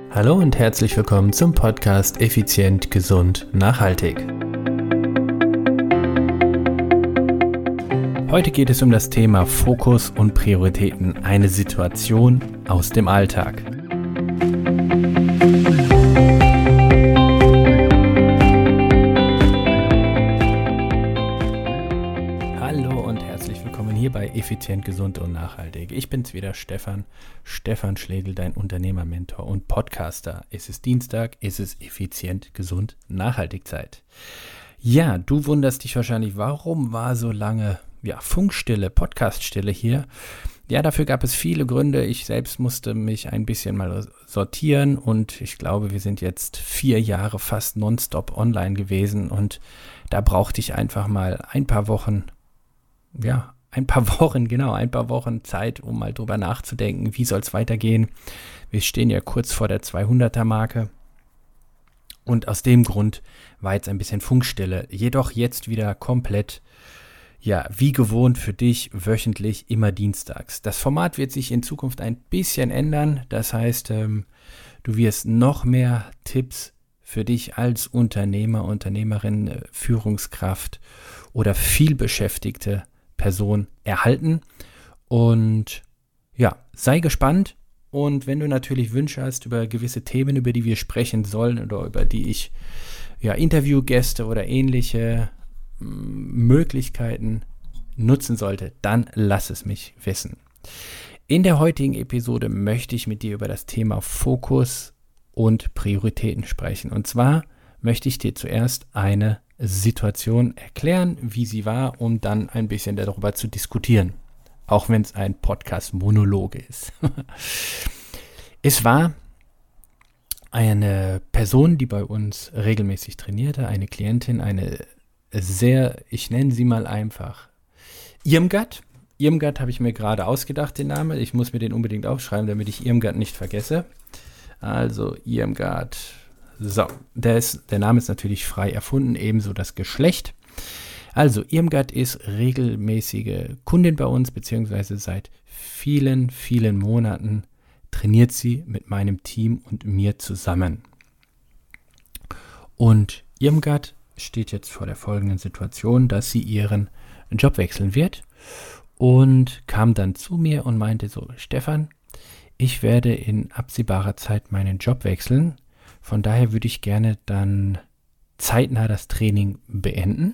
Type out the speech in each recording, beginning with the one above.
Hallo und herzlich willkommen zum Podcast Effizient, Gesund, Nachhaltig. Heute geht es um das Thema Fokus und Prioritäten, eine Situation aus dem Alltag. Hallo und herzlich willkommen hier bei Effizient, Gesund und Nachhaltig. Ich bin's wieder, Stefan Schlegel, dein Unternehmermentor und Podcaster. Es ist Dienstag, es ist Effizient, Gesund, Nachhaltig Zeit. Ja, du wunderst dich wahrscheinlich, warum war so lange Funkstille, Podcaststille hier? Ja, dafür gab es viele Gründe. Ich selbst musste mich ein bisschen mal sortieren und ich glaube, wir sind jetzt 4 Jahre fast nonstop online gewesen und da brauchte ich einfach mal ein paar Wochen Zeit, um mal drüber nachzudenken, wie soll es weitergehen. Wir stehen ja kurz vor der 200er-Marke und aus dem Grund war jetzt ein bisschen Funkstille. Jedoch jetzt wieder komplett, wie gewohnt für dich, wöchentlich, immer dienstags. Das Format wird sich in Zukunft ein bisschen ändern. Das heißt, du wirst noch mehr Tipps für dich als Unternehmer, Unternehmerin, Führungskraft oder vielbeschäftigte Person erhalten. Und sei gespannt. Und wenn du natürlich Wünsche hast über gewisse Themen, über die wir sprechen sollen oder über die ich Interviewgäste oder ähnliche Möglichkeiten nutzen sollte, dann lass es mich wissen. In der heutigen Episode möchte ich mit dir über das Thema Fokus und Prioritäten sprechen. Und zwar möchte ich dir zuerst eine Situation erklären, wie sie war, um dann ein bisschen darüber zu diskutieren. Auch wenn es ein Podcast-Monolog ist. Es war eine Person, die bei uns regelmäßig trainierte, eine Klientin, ich nenne sie mal einfach Irmgard. Irmgard habe ich mir gerade ausgedacht, den Namen. Ich muss mir den unbedingt aufschreiben, damit ich Irmgard nicht vergesse. Also Irmgard. So, der Name ist natürlich frei erfunden, ebenso das Geschlecht. Also Irmgard ist regelmäßige Kundin bei uns, beziehungsweise seit vielen, vielen Monaten trainiert sie mit meinem Team und mir zusammen. Und Irmgard steht jetzt vor der folgenden Situation, dass sie ihren Job wechseln wird und kam dann zu mir und meinte so: Stefan, ich werde in absehbarer Zeit meinen Job wechseln. Von daher würde ich gerne dann zeitnah das Training beenden,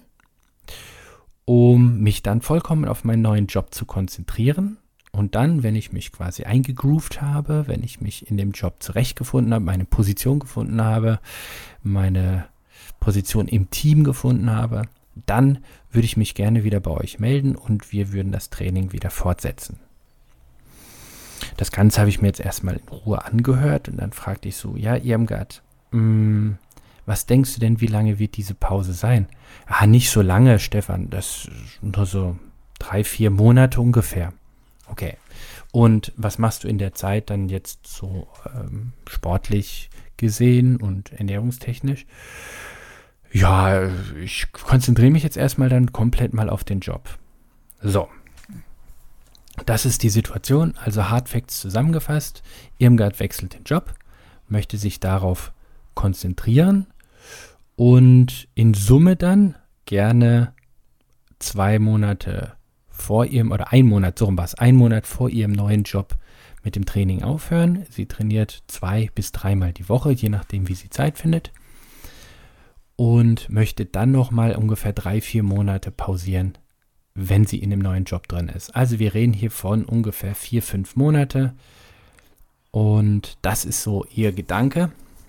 um mich dann vollkommen auf meinen neuen Job zu konzentrieren. Und dann, wenn ich mich quasi eingegroovt habe, wenn ich mich in dem Job zurechtgefunden habe, meine Position gefunden habe, meine Position im Team gefunden habe, dann würde ich mich gerne wieder bei euch melden und wir würden das Training wieder fortsetzen. Das Ganze habe ich mir jetzt erstmal in Ruhe angehört und dann fragte ich so: Ja, Irmgard, was denkst du denn, wie lange wird diese Pause sein? Nicht so lange, Stefan, das ist nur so 3-4 Monate ungefähr. Okay, und was machst du in der Zeit dann jetzt so sportlich gesehen und ernährungstechnisch? Ja, ich konzentriere mich jetzt erstmal dann komplett mal auf den Job. So. Das ist die Situation, also Hard Facts zusammengefasst. Irmgard wechselt den Job, möchte sich darauf konzentrieren und in Summe dann gerne 2 Monate vor ihrem, oder 1 Monat, so rum war es, 1 Monat vor ihrem neuen Job mit dem Training aufhören. Sie trainiert 2 bis 3 Mal die Woche, je nachdem, wie sie Zeit findet. Und möchte dann nochmal ungefähr 3-4 Monate pausieren, wenn sie in dem neuen Job drin ist. Also wir reden hier von ungefähr 4-5 Monate und das ist so ihr Gedanke.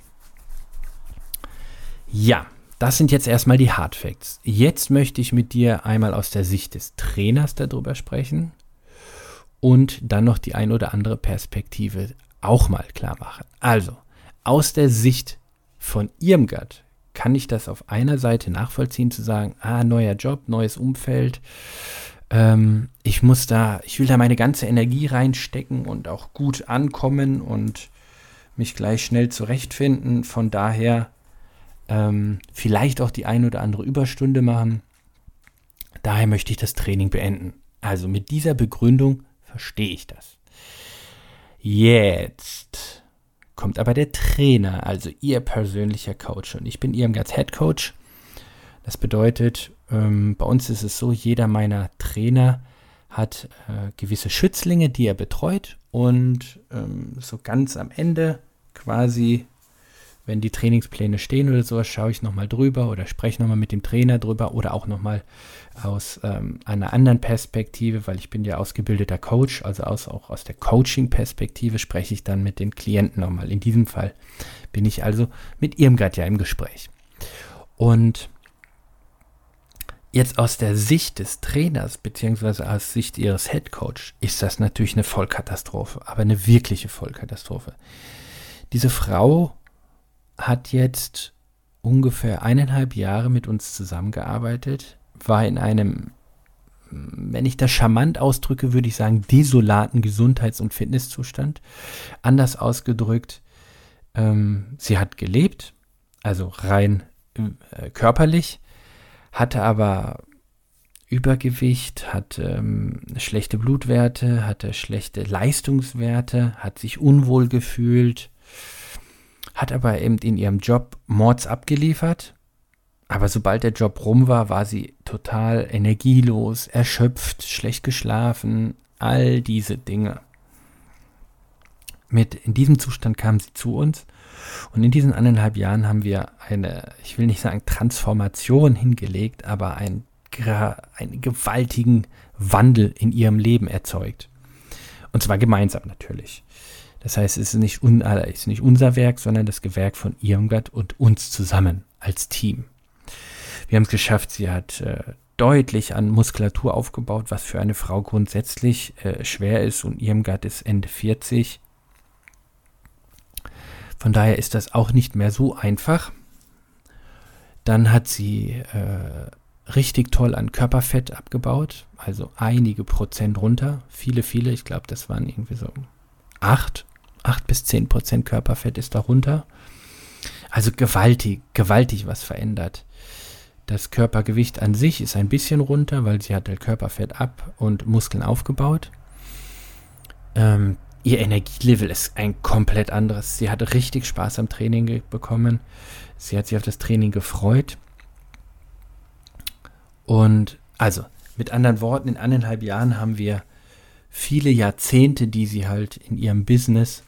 Ja, das sind jetzt erstmal die Hard Facts. Jetzt möchte ich mit dir einmal aus der Sicht des Trainers darüber sprechen und dann noch die ein oder andere Perspektive auch mal klar machen. Also, aus der Sicht von Irmgard kann ich das auf einer Seite nachvollziehen, zu sagen, neuer Job, neues Umfeld, ich will da meine ganze Energie reinstecken und auch gut ankommen und mich gleich schnell zurechtfinden. Von daher vielleicht auch die ein oder andere Überstunde machen. Daher möchte ich das Training beenden. Also mit dieser Begründung verstehe ich das. Jetzt kommt aber der Trainer, also Ihr persönlicher Coach. Und ich bin Irmgards Head Coach. Das bedeutet, bei uns ist es so, jeder meiner Trainer hat gewisse Schützlinge, die er betreut. Und so ganz am Ende quasi, wenn die Trainingspläne stehen oder sowas, schaue ich nochmal drüber oder spreche nochmal mit dem Trainer drüber oder auch nochmal aus einer anderen Perspektive, weil ich bin ja ausgebildeter Coach, also auch aus der Coaching-Perspektive spreche ich dann mit den Klienten nochmal. In diesem Fall bin ich also mit Irmgard ja im Gespräch. Und jetzt aus der Sicht des Trainers beziehungsweise aus Sicht ihres Head Coach ist das natürlich eine Vollkatastrophe, aber eine wirkliche Vollkatastrophe. Diese Frau hat jetzt ungefähr 1,5 Jahre mit uns zusammengearbeitet, war in einem, wenn ich das charmant ausdrücke, würde ich sagen, desolaten Gesundheits- und Fitnesszustand. Anders ausgedrückt, sie hat gelebt, also rein körperlich, hatte aber Übergewicht, hatte schlechte Blutwerte, hatte schlechte Leistungswerte, hat sich unwohl gefühlt, hat aber eben in ihrem Job Mords abgeliefert. Aber sobald der Job rum war, war sie total energielos, erschöpft, schlecht geschlafen, all diese Dinge. In diesem Zustand kam sie zu uns und in diesen 1,5 Jahren haben wir eine, ich will nicht sagen Transformation hingelegt, aber einen gewaltigen Wandel in ihrem Leben erzeugt. Und zwar gemeinsam natürlich. Das heißt, es ist nicht unser Werk, sondern das Gewerk von Irmgard und uns zusammen als Team. Wir haben es geschafft, sie hat deutlich an Muskulatur aufgebaut, was für eine Frau grundsätzlich schwer ist, und Irmgard ist Ende 40. Von daher ist das auch nicht mehr so einfach. Dann hat sie richtig toll an Körperfett abgebaut, also einige Prozent runter, viele, ich glaube, das waren irgendwie so 8 bis 10% Körperfett ist da runter. Also gewaltig was verändert. Das Körpergewicht an sich ist ein bisschen runter, weil sie hat halt Körperfett ab und Muskeln aufgebaut. Ihr Energielevel ist ein komplett anderes. Sie hat richtig Spaß am Training bekommen. Sie hat sich auf das Training gefreut. Und also, mit anderen Worten, in 1,5 Jahren haben wir viele Jahrzehnte, die sie halt in ihrem Business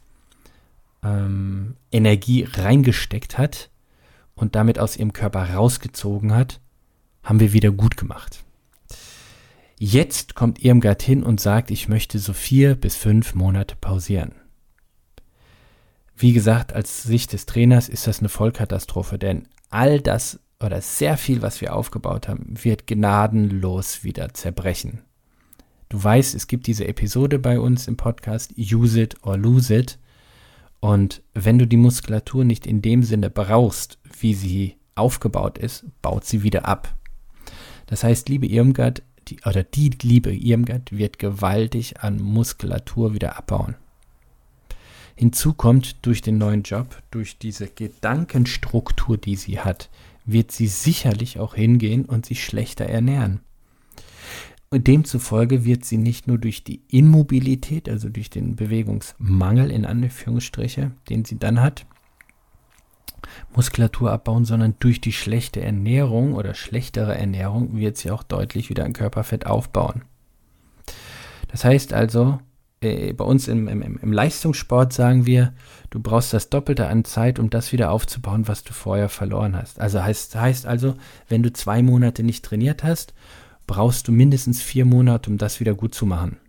Energie reingesteckt hat und damit aus ihrem Körper rausgezogen hat, haben wir wieder gut gemacht. Jetzt kommt Irmgard hin und sagt, ich möchte so 4 bis 5 Monate pausieren. Wie gesagt, als Sicht des Trainers ist das eine Vollkatastrophe, denn all das oder sehr viel, was wir aufgebaut haben, wird gnadenlos wieder zerbrechen. Du weißt, es gibt diese Episode bei uns im Podcast, Use it or lose it. Und wenn du die Muskulatur nicht in dem Sinne brauchst, wie sie aufgebaut ist, baut sie wieder ab. Das heißt, liebe Irmgard, die liebe Irmgard wird gewaltig an Muskulatur wieder abbauen. Hinzu kommt durch den neuen Job, durch diese Gedankenstruktur, die sie hat, wird sie sicherlich auch hingehen und sich schlechter ernähren. Und demzufolge wird sie nicht nur durch die Immobilität, also durch den Bewegungsmangel in Anführungsstriche, den sie dann hat, Muskulatur abbauen, sondern durch die schlechte Ernährung oder schlechtere Ernährung wird sie auch deutlich wieder an Körperfett aufbauen. Das heißt also, bei uns im Leistungssport sagen wir, du brauchst das Doppelte an Zeit, um das wieder aufzubauen, was du vorher verloren hast. Also heißt also, wenn du 2 Monate nicht trainiert hast, brauchst du mindestens 4 Monate, um das wieder gut zu machen.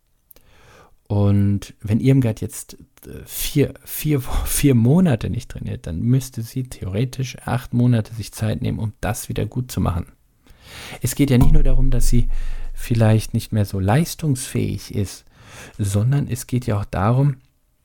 Und wenn Irmgard jetzt 4 Monate nicht trainiert, dann müsste sie theoretisch 8 Monate sich Zeit nehmen, um das wieder gut zu machen. Es geht ja nicht nur darum, dass sie vielleicht nicht mehr so leistungsfähig ist, sondern es geht ja auch darum,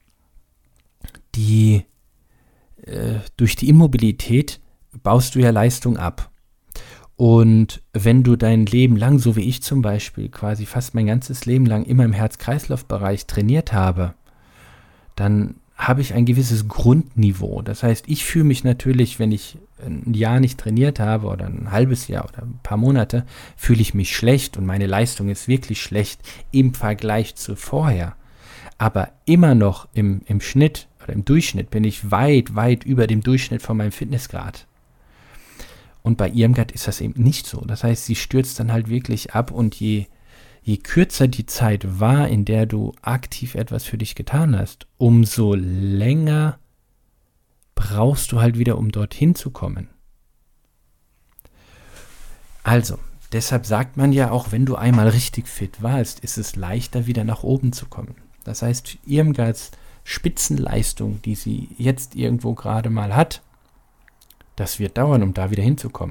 durch die Immobilität baust du ja Leistung ab. Und wenn du dein Leben lang, so wie ich zum Beispiel, quasi fast mein ganzes Leben lang immer im Herz-Kreislauf-Bereich trainiert habe, dann habe ich ein gewisses Grundniveau. Das heißt, ich fühle mich natürlich, wenn ich ein Jahr nicht trainiert habe oder ein halbes Jahr oder ein paar Monate, fühle ich mich schlecht und meine Leistung ist wirklich schlecht im Vergleich zu vorher. Aber immer noch im Schnitt oder im Durchschnitt bin ich weit, weit über dem Durchschnitt von meinem Fitnessgrad. Und bei Irmgard ist das eben nicht so. Das heißt, sie stürzt dann halt wirklich ab und je kürzer die Zeit war, in der du aktiv etwas für dich getan hast, umso länger brauchst du halt wieder, um dorthin zu kommen. Also, deshalb sagt man ja auch, wenn du einmal richtig fit warst, ist es leichter, wieder nach oben zu kommen. Das heißt, Irmgards Spitzenleistung, die sie jetzt irgendwo gerade mal hat, das wird dauern, um da wieder hinzukommen.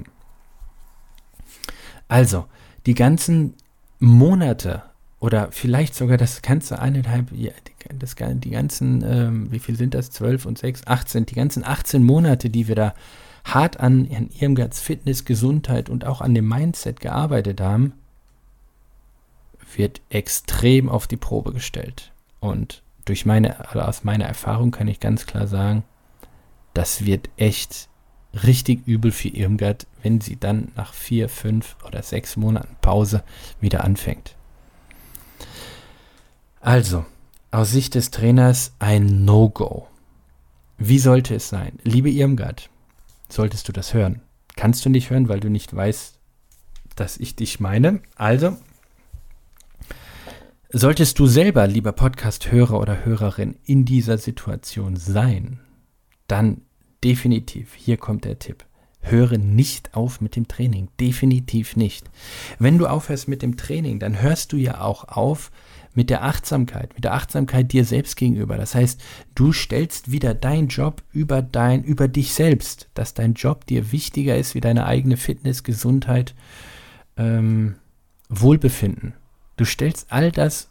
Also, die ganzen Monate oder vielleicht sogar das ganze die ganzen, wie viel sind das? 12 und 6, 18, die ganzen 18 Monate, die wir da hart an Irmgards Fitness, Gesundheit und auch an dem Mindset gearbeitet haben, wird extrem auf die Probe gestellt. Und aus meiner Erfahrung kann ich ganz klar sagen, das wird echt richtig übel für Irmgard, wenn sie dann nach 4, 5 oder 6 Monaten Pause wieder anfängt. Also, aus Sicht des Trainers ein No-Go. Wie sollte es sein? Liebe Irmgard, solltest du das hören? Kannst du nicht hören, weil du nicht weißt, dass ich dich meine? Also, solltest du selber, lieber Podcast-Hörer oder Hörerin, in dieser Situation sein, dann definitiv, hier kommt der Tipp, höre nicht auf mit dem Training, definitiv nicht. Wenn du aufhörst mit dem Training, dann hörst du ja auch auf mit der Achtsamkeit dir selbst gegenüber. Das heißt, du stellst wieder deinen Job über dich selbst, dass dein Job dir wichtiger ist wie deine eigene Fitness, Gesundheit, Wohlbefinden. Du stellst all das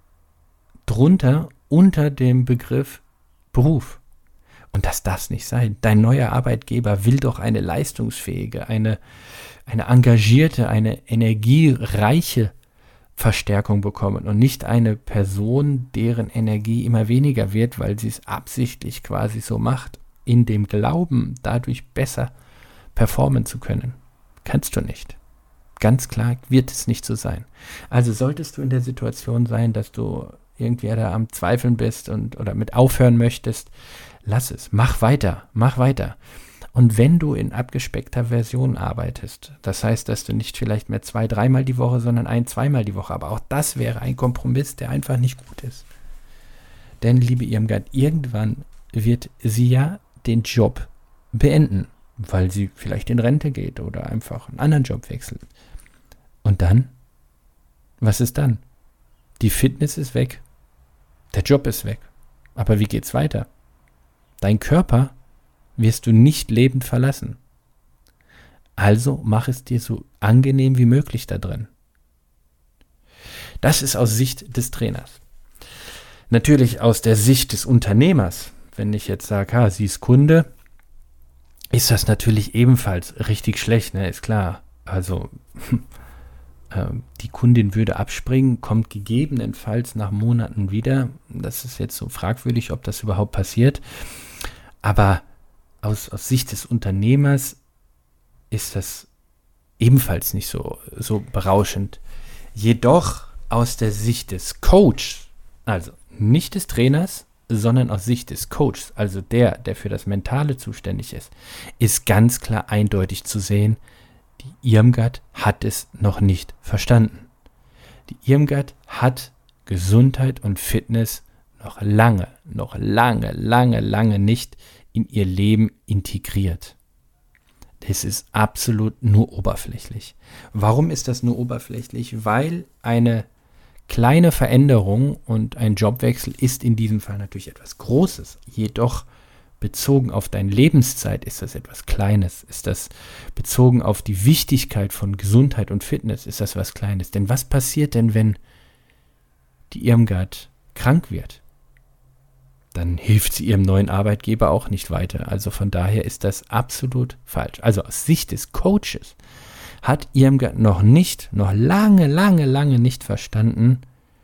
drunter unter dem Begriff Beruf. Und das darf nicht sein. Dein neuer Arbeitgeber will doch eine leistungsfähige, eine engagierte, eine energiereiche Verstärkung bekommen und nicht eine Person, deren Energie immer weniger wird, weil sie es absichtlich quasi so macht, in dem Glauben, dadurch besser performen zu können. Kannst du nicht. Ganz klar wird es nicht so sein. Also solltest du in der Situation sein, dass du irgendwie da am Zweifeln bist oder mit aufhören möchtest, lass es. Mach weiter. Und wenn du in abgespeckter Version arbeitest, das heißt, dass du nicht vielleicht mehr 2-3 Mal die Woche, sondern 1-2 Mal die Woche, aber auch das wäre ein Kompromiss, der einfach nicht gut ist. Denn, liebe Irmgard, irgendwann wird sie ja den Job beenden, weil sie vielleicht in Rente geht oder einfach einen anderen Job wechselt. Und dann? Was ist dann? Die Fitness ist weg. Der Job ist weg. Aber wie geht's weiter? Dein Körper wirst du nicht lebend verlassen. Also mach es dir so angenehm wie möglich da drin. Das ist aus Sicht des Trainers. Natürlich aus der Sicht des Unternehmers, wenn ich jetzt sage, sie ist Kunde, ist das natürlich ebenfalls richtig schlecht, ne? Ist klar. Also die Kundin würde abspringen, kommt gegebenenfalls nach Monaten wieder. Das ist jetzt so fragwürdig, ob das überhaupt passiert. Aber aus Sicht des Unternehmers ist das ebenfalls nicht so berauschend. Jedoch aus der Sicht des Coaches, also nicht des Trainers, sondern aus Sicht des Coaches, also der für das Mentale zuständig ist ganz klar eindeutig zu sehen, die Irmgard hat es noch nicht verstanden. Die Irmgard hat Gesundheit und Fitness noch lange nicht in ihr Leben integriert. Das ist absolut nur oberflächlich. Warum ist das nur oberflächlich? Weil eine kleine Veränderung und ein Jobwechsel ist in diesem Fall natürlich etwas Großes. Jedoch bezogen auf deine Lebenszeit ist das etwas Kleines. Ist das bezogen auf die Wichtigkeit von Gesundheit und Fitness, ist das was Kleines. Denn was passiert denn, wenn die Irmgard krank wird? Dann hilft sie ihrem neuen Arbeitgeber auch nicht weiter. Also von daher ist das absolut falsch. Also aus Sicht des Coaches hat Irmgard noch lange nicht verstanden,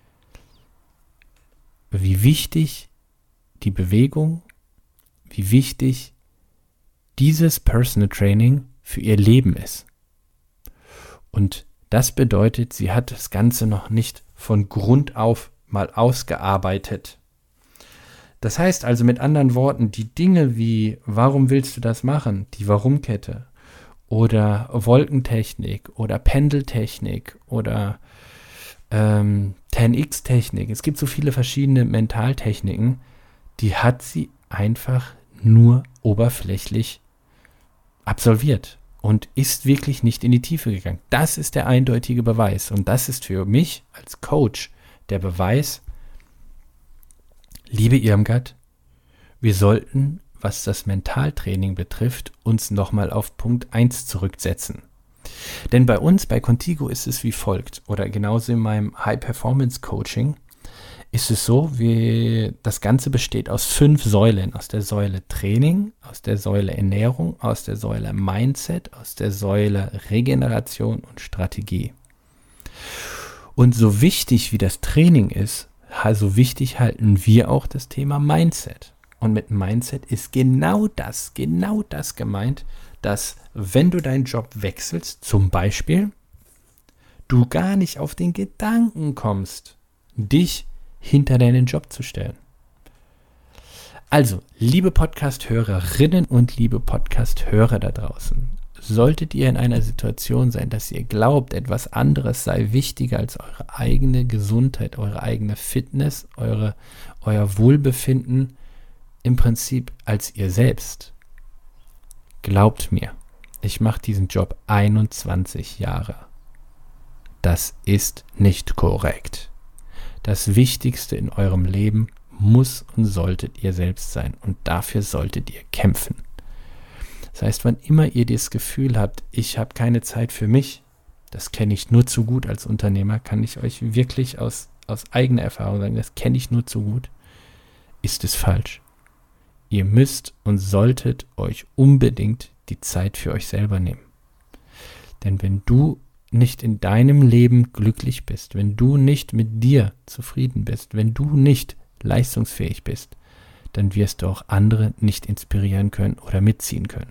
wie wichtig die Bewegung, wie wichtig dieses Personal Training für ihr Leben ist. Und das bedeutet, sie hat das Ganze noch nicht von Grund auf mal ausgearbeitet. Das heißt also mit anderen Worten, die Dinge wie, warum willst du das machen? Die Warum-Kette oder Wolkentechnik oder Pendeltechnik oder 10x-Technik. Es gibt so viele verschiedene Mentaltechniken, die hat sie einfach nur oberflächlich absolviert und ist wirklich nicht in die Tiefe gegangen. Das ist der eindeutige Beweis und das ist für mich als Coach der Beweis, liebe Irmgard, wir sollten, was das Mentaltraining betrifft, uns nochmal auf Punkt 1 zurücksetzen. Denn bei uns, bei Contigo, ist es wie folgt, oder genauso in meinem High-Performance-Coaching ist es so, das Ganze besteht aus 5 Säulen. Aus der Säule Training, aus der Säule Ernährung, aus der Säule Mindset, aus der Säule Regeneration und Strategie. Und so wichtig wie das Training ist, so wichtig halten wir auch das Thema Mindset. Und mit Mindset ist genau das gemeint, dass wenn du deinen Job wechselst, zum Beispiel, du gar nicht auf den Gedanken kommst, dich hinter deinen Job zu stellen. Also, liebe Podcast-Hörerinnen und liebe Podcast-Hörer da draußen, solltet ihr in einer Situation sein, dass ihr glaubt, etwas anderes sei wichtiger als eure eigene Gesundheit, eure eigene Fitness, euer Wohlbefinden, im Prinzip als ihr selbst. Glaubt mir, ich mache diesen Job 21 Jahre. Das ist nicht korrekt. Das Wichtigste in eurem Leben muss und solltet ihr selbst sein und dafür solltet ihr kämpfen. Das heißt, wann immer ihr das Gefühl habt, ich habe keine Zeit für mich, das kenne ich nur zu gut als Unternehmer, kann ich euch wirklich aus eigener Erfahrung sagen, das kenne ich nur zu gut, ist es falsch. Ihr müsst und solltet euch unbedingt die Zeit für euch selber nehmen. Denn wenn du nicht in deinem Leben glücklich bist, wenn du nicht mit dir zufrieden bist, wenn du nicht leistungsfähig bist, dann wirst du auch andere nicht inspirieren können oder mitziehen können.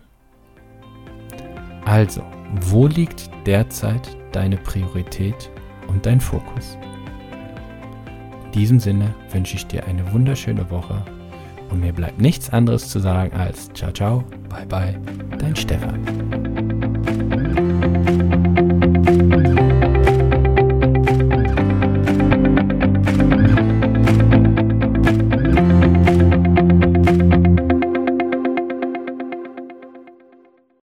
Also, wo liegt derzeit deine Priorität und dein Fokus? In diesem Sinne wünsche ich dir eine wunderschöne Woche und mir bleibt nichts anderes zu sagen als ciao, ciao, bye, bye, dein Stefan.